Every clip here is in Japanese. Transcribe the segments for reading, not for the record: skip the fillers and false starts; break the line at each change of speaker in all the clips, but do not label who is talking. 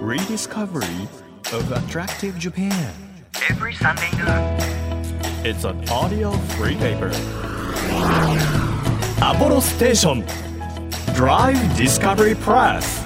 rediscovery of attractive Japan.
Every Sunday noon.
It's an audio free paper. Apollo Station Drive Discovery Press。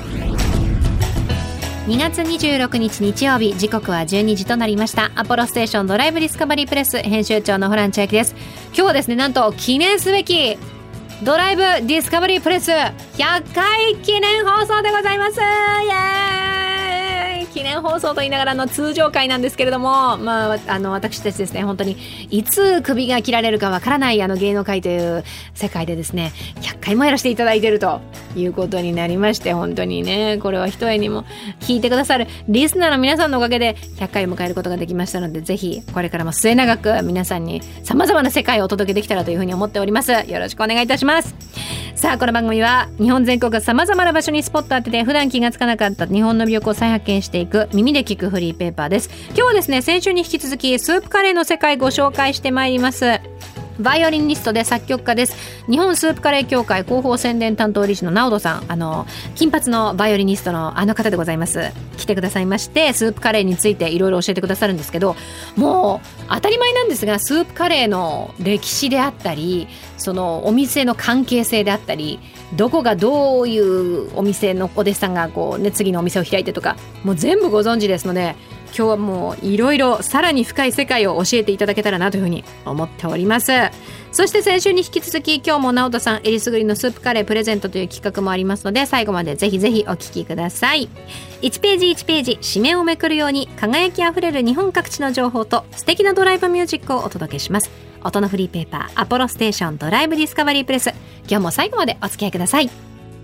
2月26日日曜日、時刻は12時となりました。アポロステーションドライブディスカバリープレス編集長のホラン千秋です。今日はですね、なんと記念すべきドライブディスカバリープレス100回記念放送でございます。イエーイ。記念放送と言いながらの通常回なんですけれども、私たちですね、本当にいつ首が切られるかわからない芸能界という世界でですね、100回もやらせていただいているということになりまして、本当にね、これは一重にも聞いてくださるリスナーの皆さんのおかげで100回を迎えることができましたので、ぜひこれからも末永く皆さんに様々な世界をお届けできたらというふうに思っております。よろしくお願いいたします。さあ、この番組は日本全国様々な場所にスポット当てて普段気がつかなかった日本の魅力を再発見していく耳で聞くフリーペーパーです。今日はですね、先週に引き続きスープカレーの世界ご紹介してまいります。バイオリニストで作曲家です。日本スープカレー協会広報宣伝担当理事の直人さん、金髪のバイオリニストの方でございます。来てくださいまして、スープカレーについていろいろ教えてくださるんですけど、もう当たり前なんですが、スープカレーの歴史であったり、そのお店の関係性であったり、どこがどういうお店のお弟子さんが次のお店を開いてとか、もう全部ご存知ですので、今日はもういろいろさらに深い世界を教えていただけたらなというふうに思っております。そして先週に引き続き、今日も直人さんえりすぐりのスープカレープレゼントという企画もありますので、最後までぜひぜひお聞きください。1ページ1ページ紙面をめくるように輝きあふれる日本各地の情報と素敵なドライブミュージックをお届けします。音のフリーペーパーアポロステーションドライブディスカバリープレス、今日も最後までお付き合いください。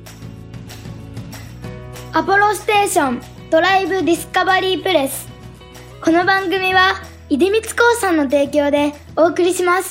アポロステーションドライブディスカバリープレス、この番組は出光興産の提供でお送りします。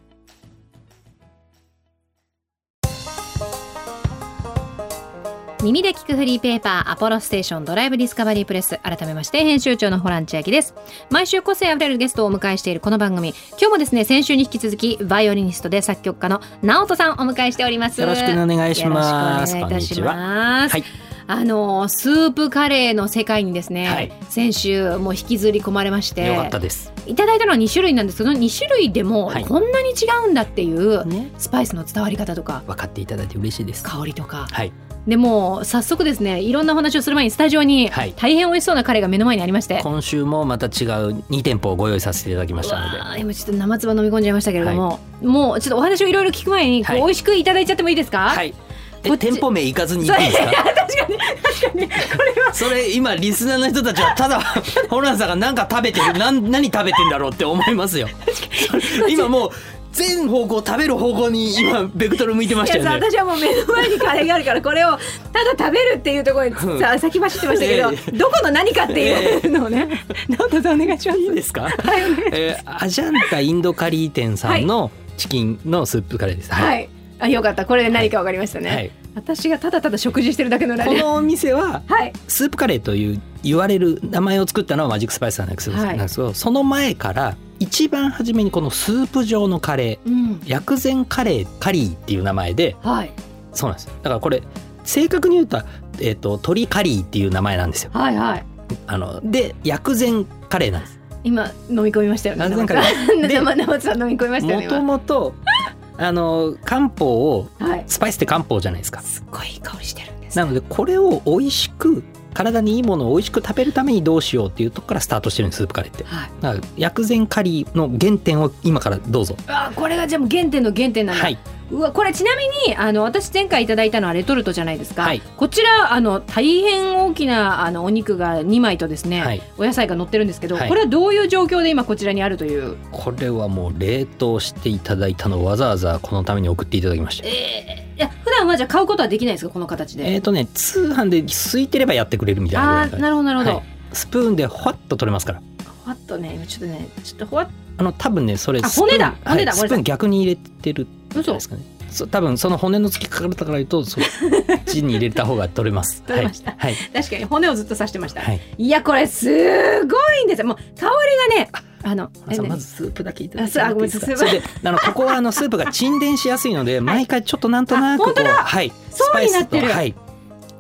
耳で聞くフリーペーパーアポロステーションドライブディスカバリープレス、改めまして編集長のホラン千秋です。毎週個性あふれるゲストをお迎えしているこの番組、今日もですね、先週に引き続きバイオリニストで作曲家の直人さんをお迎えしております。
よろしくお願いします。
よろしくお願いいたします。はい、スープカレーの世界にですね、はい、先週も引きずり込まれまして、
よかったです。
いただいたのは2種類なんですけど、2種類でもこんなに違うんだっていう、スパイスの伝わり方とか
分かっていただいて嬉しいです。
香りとか、
はい、
でも早速ですね、いろんなお話をする前にスタジオに大変美味しそうなカレーが目の前にありまして、
今週もまた違う2店舗をご用意させていただきましたので、
今ちょっと生唾飲み込んじゃいましたけれども、もうちょっとお話をいろいろ聞く前に、美味しくいただいちゃってもいいですか？
はい。店舗名行かずにいいですか？
確かにこれは
それ今リスナーの人たちはただホランさんが何か食べてる、何食べてんだろうって思いますよ。今もう全方向、食べる方向に今ベクトル向いてましたよね。
私はもう目の前にカレーがあるから、これをただ食べるっていうところに先走ってましたけど、どこの何かっていうのをね、直人さんお願いします。
いいですか？はい、アジャンタインドカリー店さんのチキンのスープカレーです。
はい、あ、よかった、これで何か分かりましたね。はい、私がただただ食事してるだけのラジオ。
このお店はスープカレーという言われる名前を作ったのはマジックスパイスなんですけど、その前から一番初めにこのスープ状のカレー、薬膳カレーカリーっていう名前で、そうなんです。だからこれ正確に言うと、鶏カリーっていう名前なんですよ。はいはい。で薬膳カレーなんです。今
飲み込みましたよね。
薬膳カレーで
生さん飲み込みましたよね。
もともと漢方を、スパイスって漢方じゃないですか。
すっごいいい香りしてるんです。
なのでこれを美味しく、体にいいものを美味しく食べるためにどうしようっていうところからスタートしてるんです、スープカレーって。だから薬膳カリーの原点を今からどうぞ。
これがじゃあもう原点の原点なんだ。はい。うわ、これちなみに私前回いただいたのはレトルトじゃないですか。はい、こちら大変大きなお肉が2枚とですね、お野菜が乗ってるんですけど、これはどういう状況で今こちらにあるという？
これはもう冷凍していただいたのをわざわざこのために送っていただきました。
いや、普段はじゃあ買うことはできないですか、この形で？
通販で空いてればやってくれるみたいな。
なるほどなるほど。
スプーンでほわっと取れますから。
ほわっとね、ちょっとほわっ
多分ね、それ
骨だ、ス
プーン逆に入れてるんですかね。多分その骨の付き方から言うとそっちに入れた方が取れます。
取れました、はい、確かに骨をずっと刺してました。いや、これすごいんですよ。もう香りがね、
まずスープだけいただいていいですか？それでここはスープが沈殿しやすいので、毎回ちょっとなんとなく
本当だ、そうになってる。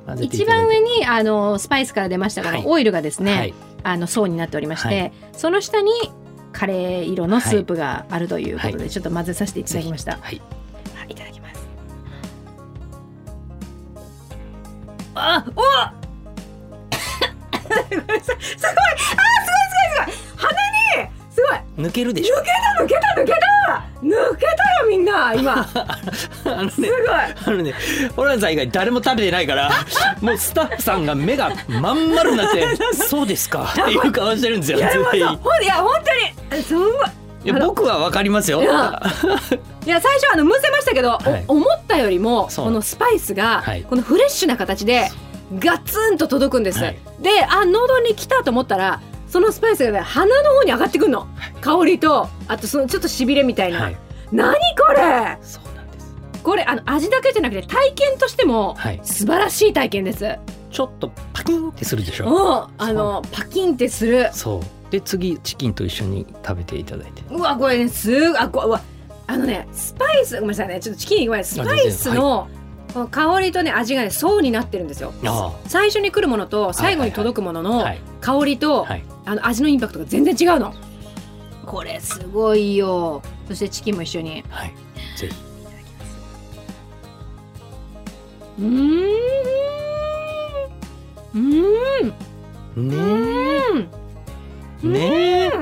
一番上にスパイスから出ましたから、オイルがですね、層になっておりまして、その下にカレー色のスープがあるということで、ちょっと混ぜさせていただきました。いただきます。すごい鼻にすごい
抜けるでしょ。
抜けたよみんな今すごい
ホランさん以外誰も食べてないからもうスタッフさんが目がまん丸になってそうですかっていう顔してるんですよ。
いや本当にすごい。
いや僕は分かりますよ。
いや最初むせましたけど、思ったよりもこのスパイスがこのフレッシュな形でガツンと届くんです。で喉に来たと思ったらそのスパイスが、ね、鼻の方に上がってくるの。香りとあとそのちょっとしびれみたいな、何これ。
そうなんです。
これ味だけじゃなくて体験としても素晴らしい体験です。
ちょっとパキンってするでしょ。
パキンってする。
そうで次チキンと一緒に食べていただいて。
うわこれねスパイスごめんなさいねちょっとチキンにごめんなさい。スパイスの、香りとね味がね層になってるんですよ。最初に来るものと最後に届くものの香りと味のインパクトが全然違うの。これすごいよ。そしてチキンも一緒に、
ぜひいただきます。ね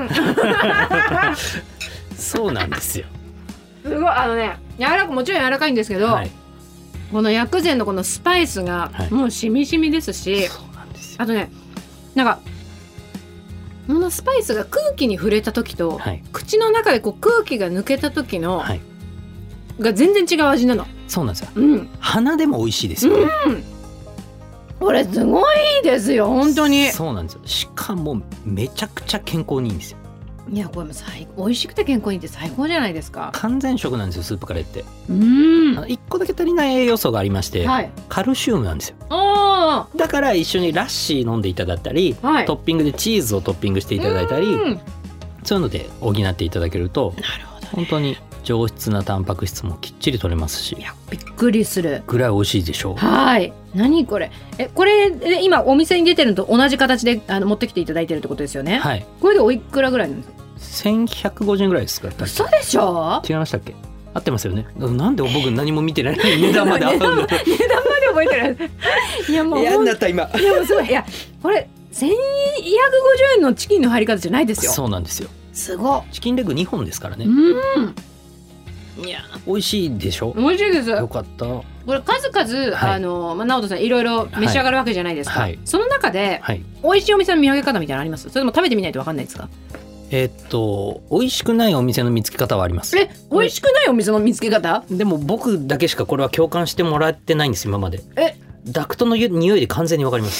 そうなんですよ。
すごいもちろん柔らかいんですけど、この薬膳のこのスパイスがもうしみしみですし、あとねなんかこのスパイスが空気に触れた時と、口の中でこう空気が抜けた時の、が全然違う味なの。
そうなんですよ、鼻でも美味しいですよね、
これすごいですよ本当に。
そうなんですよ。しかもめちゃくちゃ健康にいいんですよ。
いやこれも美味しくて健康にいいって最高じゃないですか。
完全食なんですよスープカレーって。1個だけ足りない栄養素がありまして、カルシウムなんですよ。だから一緒にラッシー飲んでいただいたり、トッピングでチーズをトッピングしていただいたり、そういうので補っていただけると、本当に上質なタンパク質もきっちり取れますし。
いやびっくりする
ぐらい美味しいでしょう。
何これこれ今お店に出てるのと同じ形で持ってきていただいてるってことですよね。これでおいくらぐらいなんですか。
1150円ぐらいですか。
嘘でしょ。
違いましたっけ。合ってますよね。なんで僕何も見てないのに値段まで合うんだ。値段まで
覚えてないいやもう
嫌になった今。
いやもうすごい。いやこれ1250円のチキンの入り方じゃないですよ。
そうなんですよ。
すごい。
チキンレッグ2本ですからね。いや美味しいでしょ。
美味しいです。
よかった。
これ数々、直人さんいろいろ召し上がるわけじゃないですか、その中で、美味しいお店の見分け方みたいなのあります？それとも食べてみないと分かんないですか？
美味しくないお店の見つけ方はあります。
美味しくないお店の見つけ方？
でも僕だけしかこれは共感してもらってないんです今まで。ダクトの匂いで完全に分かります。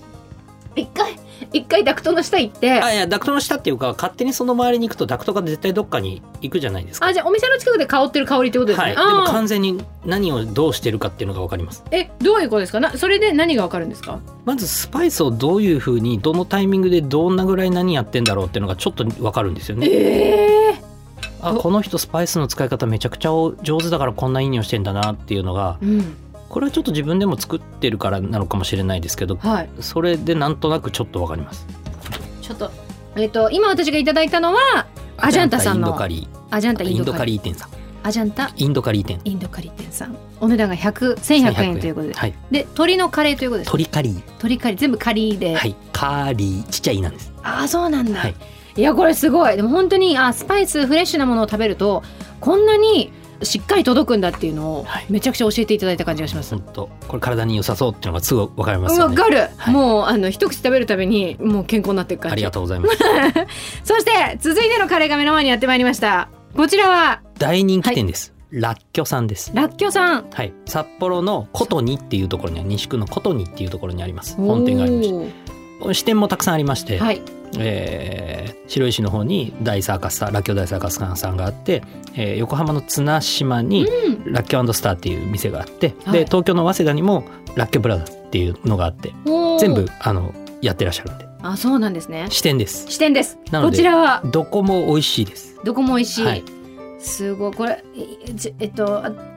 一回ダクトの下行って。
いやダクトの下っていうか勝手にその周りに行くとダクトが絶対どっかに行くじゃないですか。
じゃあお店の近くで香ってる香りってことですね。
でも完全に何をどうしてるかっていうのが分かります。
どういうことですか？それで何が分かるんですか？
まずスパイスをどういうふうにどのタイミングでどんなぐらい何やってんだろうっていうのがちょっと分かるんですよね。この人スパイスの使い方めちゃくちゃ上手だからこんないい匂いしてんだなっていうのが、これはちょっと自分でも作ってるからなのかもしれないですけど、それでなんとなくちょっと分かります。
ちょっと今私がいただいたのはアジャンタさんの
インドカリー店さん。
アジャンタ
インドカリー店
さん。お値段が1100円ということで、で鶏のカレーということです。
鶏カリー
全部カリーで、
カリーちっちゃいなんです。
そうなんだ、いやこれすごい。でも本当にスパイスフレッシュなものを食べるとこんなにしっかり届くんだっていうのをめちゃくちゃ教えていただいた感じがします。
本当これ体に良さそうっていうのがすぐ分かりますよね。
分かる、もう一口食べるたびにもう健康になっていく感じ。
ありがとうございます
そして続いてのカレーが目の前にやってまいりました。こちらは
大人気店です、らっきょさんです。
らっきょさん、
札幌の琴にっていうところに西区の琴にっていうところにあります。本店がありまして支店もたくさんありまして、白石の方に大サーカスらっきょう大サーカスさんがあって、横浜の綱島にらっきょう&スターっていう店があって、で東京の早稲田にもらっきょうブラザーズっていうのがあって、全部やってらっしゃるんで。
そうなんですね。
支店です。なので
こちらは
どこも美味しいです。
どこも美味しい、すごい。これ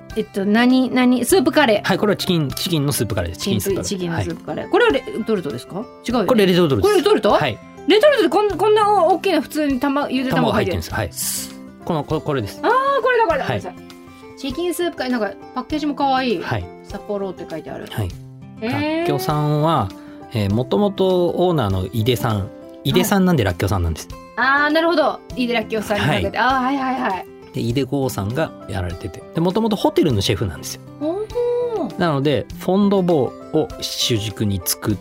何スープカレー。
はい、これはチキンのスープカレーです。
チキンのスープカレー。これはレトルトですか？違うよね。
これレトルトです。
これレトルト？
はい。
レトルトでこんな大きな普通にゆで卵入ってるんです。
はい。これです。
ああ、これだ。
はい、
チキンスープカレー、なんかパッケージも可愛い。
はい。
札幌って書いてある。
はい。らっきょさんはもともとオーナーの井出さんなんでらっきょさんなんです。
ああ、なるほど。井出らっきょさんにかけて、はい。
で井出剛さんがやられてて、でもともとホテルのシェフなんですよ。なのでフォンドボーを主軸に作った、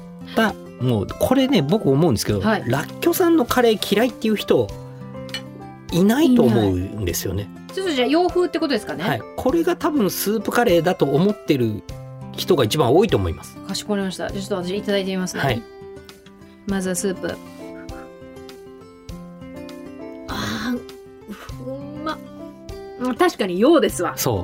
もうこれね、僕思うんですけど、らっきょさんのカレー嫌いっていう人いないと思うんですよね。
ちょっとじゃあ洋風ってことですかね。
はい、これが多分スープカレーだと思ってる人が一番多いと思います。
かしこまりました。ちょっと私いただいてみますね。はい、まずはスープ。確かに洋ですわ。
そう、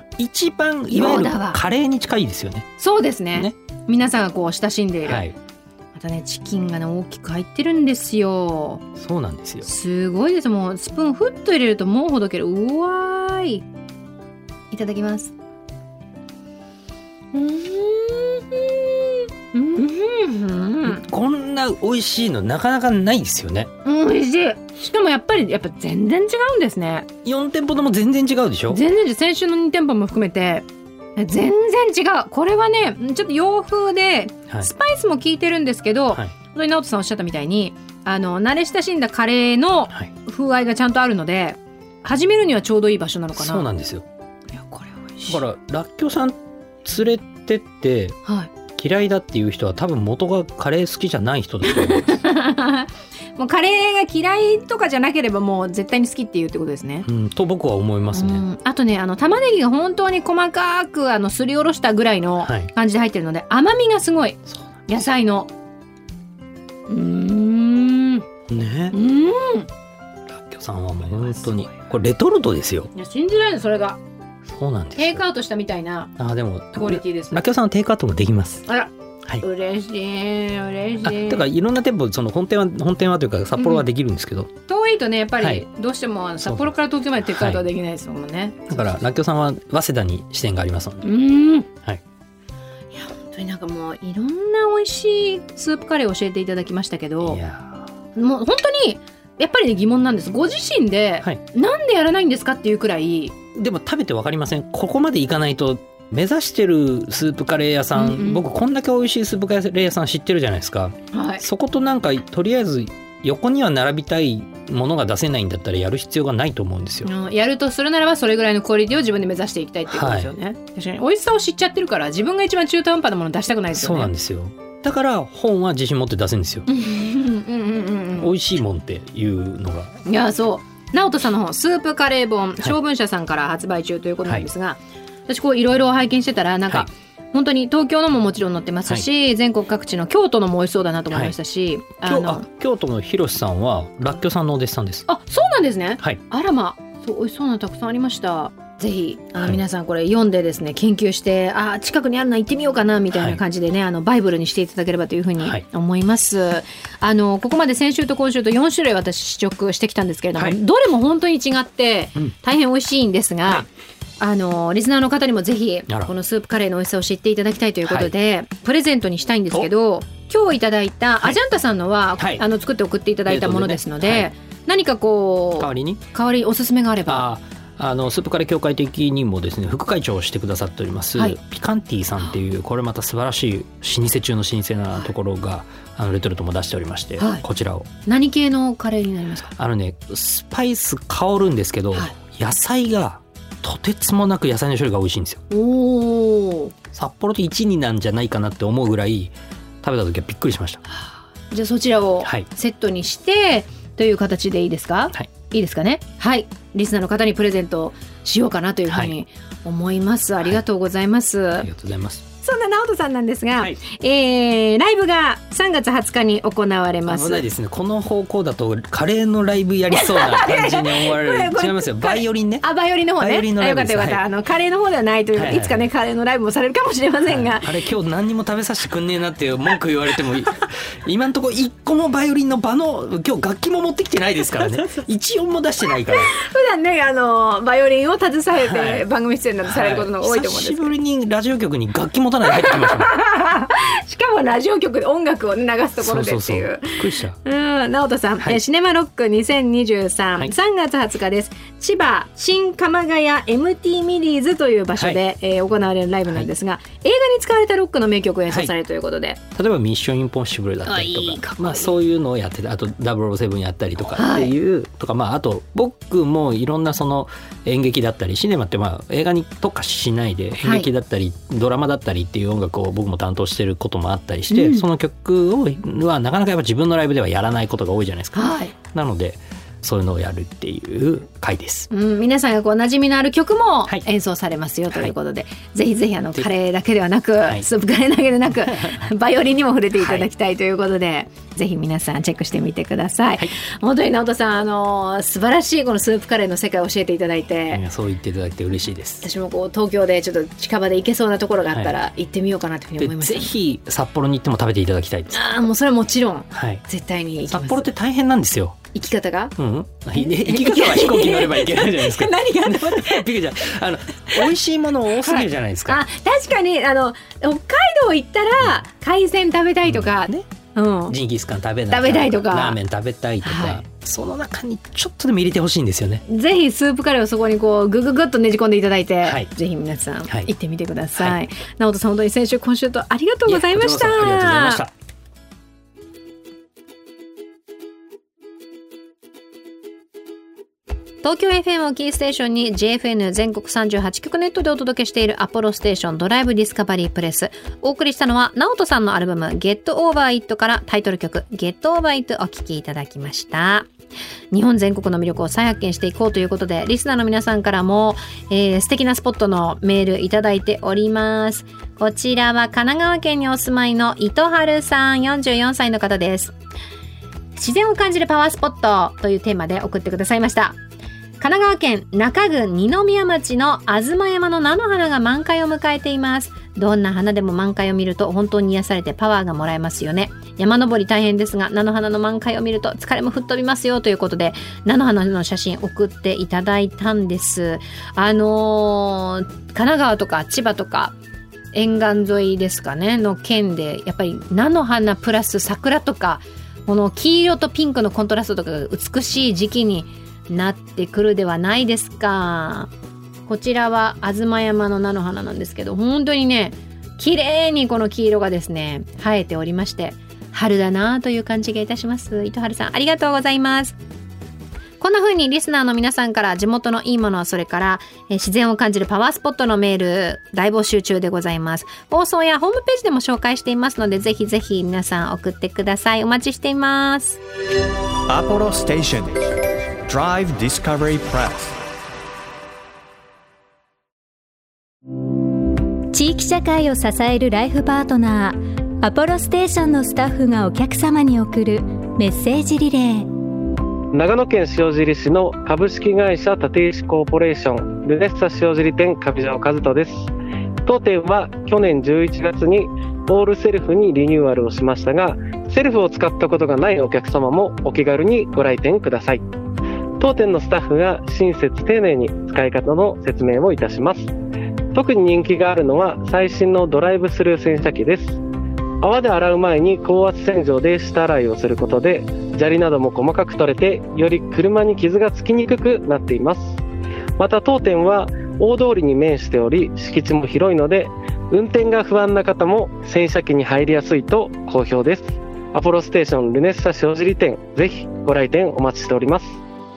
一番いわゆるカレーに近いですよね。
そうですね。皆さんがこう親しんでいる。
はい、
またね、チキンがね大きく入ってるんですよ。
そうなんですよ。
すごいです。もうスプーンふっと入れるともうほどける。うわーい。いただきます。
こんな美味しいのなかなかないですよね。
美味しい。しかもやっぱ全然違うんですね。
4店舗とも全然違うでしょ。
全然違う。先週の2店舗も含めて全然違う。これはねちょっと洋風で、スパイスも効いてるんですけど、本当に直人さんおっしゃったみたいに慣れ親しんだカレーの風合いがちゃんとあるので、始めるにはちょうどいい場所なのかな。
そうなんですよ。
いや、これ美味しい。
だかららっきょさん連れてって、嫌いだっていう人は多分元がカレー好きじゃない人だと思います
もうカレーが嫌いとかじゃなければもう絶対に好きっていうってことですね。
と僕は思いますね。
あとね、玉ねぎが本当に細かくすりおろしたぐらいの感じで入ってるので、甘みがすごい。野菜のね。
らっきょさんはもう本当にこれレトルトですよ。
いや、信じられない。それが
そうなんです。
テイクアウトしたみたいな
でも
クオリティですね。
らっきょさんはテイクアウトもできます。
あら、嬉しい。
だからいろんな店舗、その本店はというか札幌はできるんですけど、
遠いとねやっぱりどうしても札幌から東京までテイクアウトはできないですもんね。
だかららっきょさんは早稲田に支店がありますので。
いや本当になんかもういろんな美味しいスープカレーを教えていただきましたけど、もう本当にやっぱりね疑問なんです。ご自身でなんでやらないんですかっていうくらい。
でも食べてわかりません。ここまでいかないと。目指してるスープカレー屋さん、僕こんだけ美味しいスープカレー屋さん知ってるじゃないですか。そことなんかとりあえず横には並びたいものが出せないんだったらやる必要がないと思うんですよ。
やるとするならばそれぐらいのクオリティを自分で目指していきたいっていうことですよね。確かに美味しさを知っちゃってるから自分が一番中途半端なもの出したくないですよね。
そうなんですよ。だから本は自信持って出せるんですよ。美味しいもんっていうのが。
いや、そう直人さんの本スープカレー本、小文社さんから発売中ということなんですが、私こういろいろ拝見してたらなんか、本当に東京のももちろん載ってますし、全国各地の京都のも美味しそうだなと思いましたし、
京都の広さんはらっきょさんのお弟子さんです。
そうなんですね。あらま、そう美味しそうなのたくさんありました。ぜひ皆さんこれ読んでですね研究して近くにあるの行ってみようかなみたいな感じでね、バイブルにしていただければというふうに思います。ここまで先週と今週と4種類私試食してきたんですけれども、どれも本当に違って大変美味しいんですが、リスナーの方にもぜひこのスープカレーの美味しさを知っていただきたいということで、プレゼントにしたいんですけど、今日いただいたアジャンタさんのは、作って送っていただいたものですので、何かこう代わりおすすめがあれば。
スープカレー協会的にもですね副会長をしてくださっております、ピカンティさんっていうこれまた素晴らしい老舗中の老舗なところがレトルトも出しておりまして、こちらを。
何系のカレーになりますか？
スパイス香るんですけど、野菜がとてつもなく野菜の種類が美味しいんですよ。札幌と1、2なんじゃないかなって思うぐらい食べた時はびっくりしました。
じゃあそちらをセットにしてという形でいいですか？いいですかね。リスナーの方にプレゼントしようかなというふうに思います。ありがとうございます。
ありがとうございます。
そんな直人さんなんですが、
はい、
ライブが3月20日に行われます。
危ないですね。この方向だとカレーのライブやりそうな感じに思われる。違いますよ。バイオリンね。
バイオリンの方ね。
バイオリンのライブです。
よかったよかった。はい、カレーの方ではないという、いつかねカレーのライブもされるかもしれませんが、
あれ今日何にも食べさせてくんねえなっていう文句言われても今のところ一個もバイオリンの場の今日楽器も持ってきてないですからね。一音も出してないから。
普段ねバイオリンを携えて番組出演などされることの多いと思うんですけど、
久しぶりにラジオ局に楽器持たないで入ってきました
しかもラジオ局で音楽を、ね、流すところでっていう。
びっくりした。
直人さん、シネマロック2023、
はい、
3月20日です。千葉新鎌ヶ谷 MT ミリーズという場所で、行われるライブなんですが、映画に使われたロックの名曲を演奏されるということで、
例えばミッションインポッシブルだったりとか、そういうのをやってて、あと007やったりとかっていう、とか、あと僕もいろんなその演劇だったりシネマって映画に特化しないで演劇だったり、ドラマだったりっていう音楽を僕も担当してることもあったりして、その曲はなかなかやっぱ自分のライブではやらないことが多いじゃないですか。なのでそういうのをやるっていう回です。皆
さんが馴染みのある曲も演奏されますよということで、ぜひぜひカレーだけではなく、スープカレーだけでなくバイオリンにも触れていただきたいということで、ぜひ皆さんチェックしてみてください。本当に直人さん素晴らしいこのスープカレーの世界を教えていただいて、
そう言っていただいて嬉しいです。
私も東京でちょっと近場で行けそうなところがあったら行ってみようかなというふうに思いました。
ぜひ札幌に行っても食べていただきたいです。
もうそれはもちろん、絶対に行きます。
札幌って大変なんですよ。
生き方が、
生き方は飛行機乗ればいけないじゃないですか。
何が
美味しいもの多すぎるじゃないですか。
確かに北海道行ったら海鮮食べたいとか、
ジンギスカン食べ
たいとか、
ラーメン食べたいとか、その中にちょっとでも入れてほしいんですよね。
ぜひスープカレーをそこにググっとねじ込んでいただいて、ぜひ皆さん行ってみてください。直人さん、本当に先週今週とありがとうございました。
ありがとうございました。
東京 FM をキーステーションに JFN 全国38局ネットでお届けしているアポロステーションドライブディスカバリープレス。お送りしたのは直人さんのアルバム Get Over It からタイトル曲 Get Over It お聴きいただきました。日本全国の魅力を再発見していこうということで、リスナーの皆さんからも、素敵なスポットのメールいただいております。こちらは神奈川県にお住まいの糸春さん、44歳の方です。自然を感じるパワースポットというテーマで送ってくださいました。神奈川県中郡二宮町の東山の菜の花が満開を迎えています。どんな花でも満開を見ると本当に癒されてパワーがもらえますよね。山登り大変ですが菜の花の満開を見ると疲れも吹っ飛びますよということで、菜の花の写真送っていただいたんです。神奈川とか千葉とか沿岸沿いですかねの県で、やっぱり菜の花プラス桜とか、この黄色とピンクのコントラストとかが美しい時期になってくるではないですか。こちらは東山の菜の花なんですけど、本当にね綺麗にこの黄色がですね生えておりまして、春だなという感じがいたします。糸春さん、ありがとうございます。こんな風にリスナーの皆さんから地元のいいもの、それから自然を感じるパワースポットのメール大募集中でございます。放送やホームページでも紹介していますので、ぜひぜひ皆さん送ってください。お待ちしています。
アポロステーションDrive Discovery Press。
地域社会を支えるライフパートナーアポロステーションのスタッフがお客様に送るメッセージリレー。
長野県塩尻市の株式会社立石コーポレーションルネッサ塩尻店上条和人です。当店は去年11月にオールセルフにリニューアルをしましたが、セルフを使ったことがないお客様もお気軽にご来店ください。当店のスタッフが親切丁寧に使い方の説明をいたします。特に人気があるのは最新のドライブスルー洗車機です。泡で洗う前に高圧洗浄で下洗いをすることで砂利なども細かく取れて、より車に傷がつきにくくなっています。また当店は大通りに面しており敷地も広いので、運転が不安な方も洗車機に入りやすいと好評です。アポロステーションルネッサ塩尻店、ぜひご来店お待ちしております。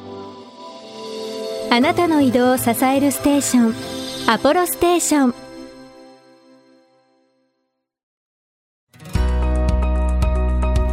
あなたの移動を支えるステーション、アポロステーション。
東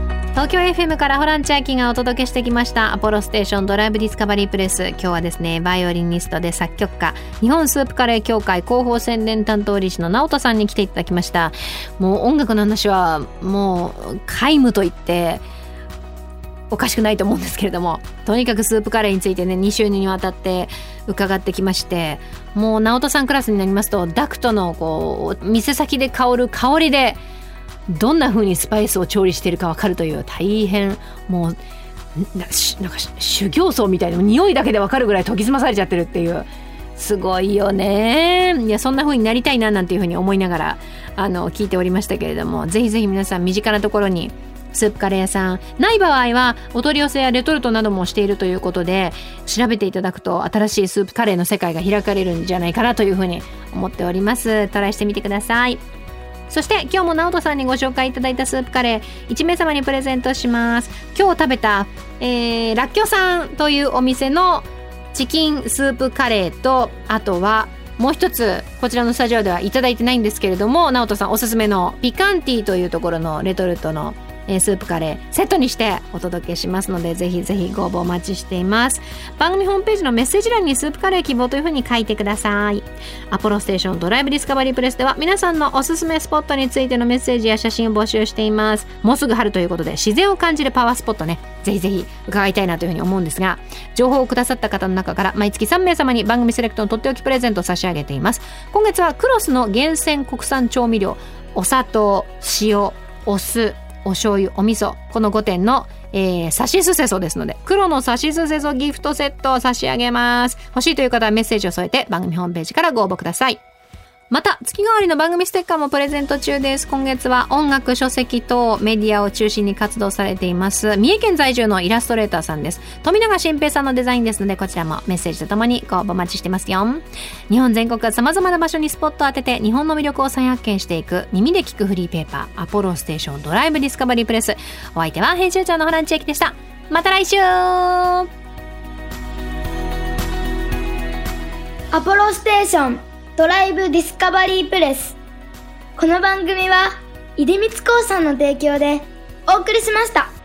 東京 FM からホラン千秋がお届けしてきましたアポロステーションドライブディスカバリープレス。今日はですね、バイオリニストで作曲家、日本スープカレー協会広報宣伝担当理事の直人さんに来ていただきました。もう音楽の話はもう皆無と言っておかしくないと思うんですけれども、とにかくスープカレーについてね、2週にわたって伺ってきまして、もう直人さんクラスになりますとダクトのこう店先で香る香りでどんな風にスパイスを調理しているか分かるという、大変もうなんか修行僧みたいな、匂いだけで分かるぐらい研ぎ澄まされちゃってるっていう、すごいよね。いや、そんな風になりたいななんていう風に思いながら聞いておりましたけれども、ぜひぜひ皆さん身近なところにスープカレー屋さんない場合はお取り寄せやレトルトなどもしているということで、調べていただくと新しいスープカレーの世界が開かれるんじゃないかなというふうに思っております。トライしてみてください。そして今日も直人さんにご紹介いただいたスープカレー1名様にプレゼントします。今日食べた、らっきょさんというお店のチキンスープカレーと、あとはもう一つこちらのスタジオではいただいてないんですけれども、直人さんおすすめのピカンティというところのレトルトのスープカレーセットにしてお届けしますので、ぜひぜひご応募お待ちしています。番組ホームページのメッセージ欄にスープカレー希望というふうに書いてください。アポロステーションドライブディスカバリープレスでは皆さんのおすすめスポットについてのメッセージや写真を募集しています。もうすぐ春ということで自然を感じるパワースポットね、ぜひぜひ伺いたいなというふうに思うんですが、情報をくださった方の中から毎月3名様に番組セレクトのとっておきプレゼントを差し上げています。今月はクロスの厳選国産調味料、お砂糖、塩、お酢、お醤油、お味噌、この5点の、さしすせそですので、黒のさしすせそギフトセットを差し上げます。欲しいという方はメッセージを添えて番組ホームページからご応募ください。また月替わりの番組ステッカーもプレゼント中です。今月は音楽、書籍等メディアを中心に活動されています三重県在住のイラストレーターさんです。富永新平さんのデザインですので、こちらもメッセージとともにご応募お待ちしてますよ。日本全国様々な場所にスポットを当てて日本の魅力を再発見していく耳で聞くフリーペーパー、アポロステーションドライブディスカバリープレス。お相手は編集長のホラン千秋でした。また来週。
アポロステーションドライブディスカバリープレス。この番組は出光興産の提供でお送りしました。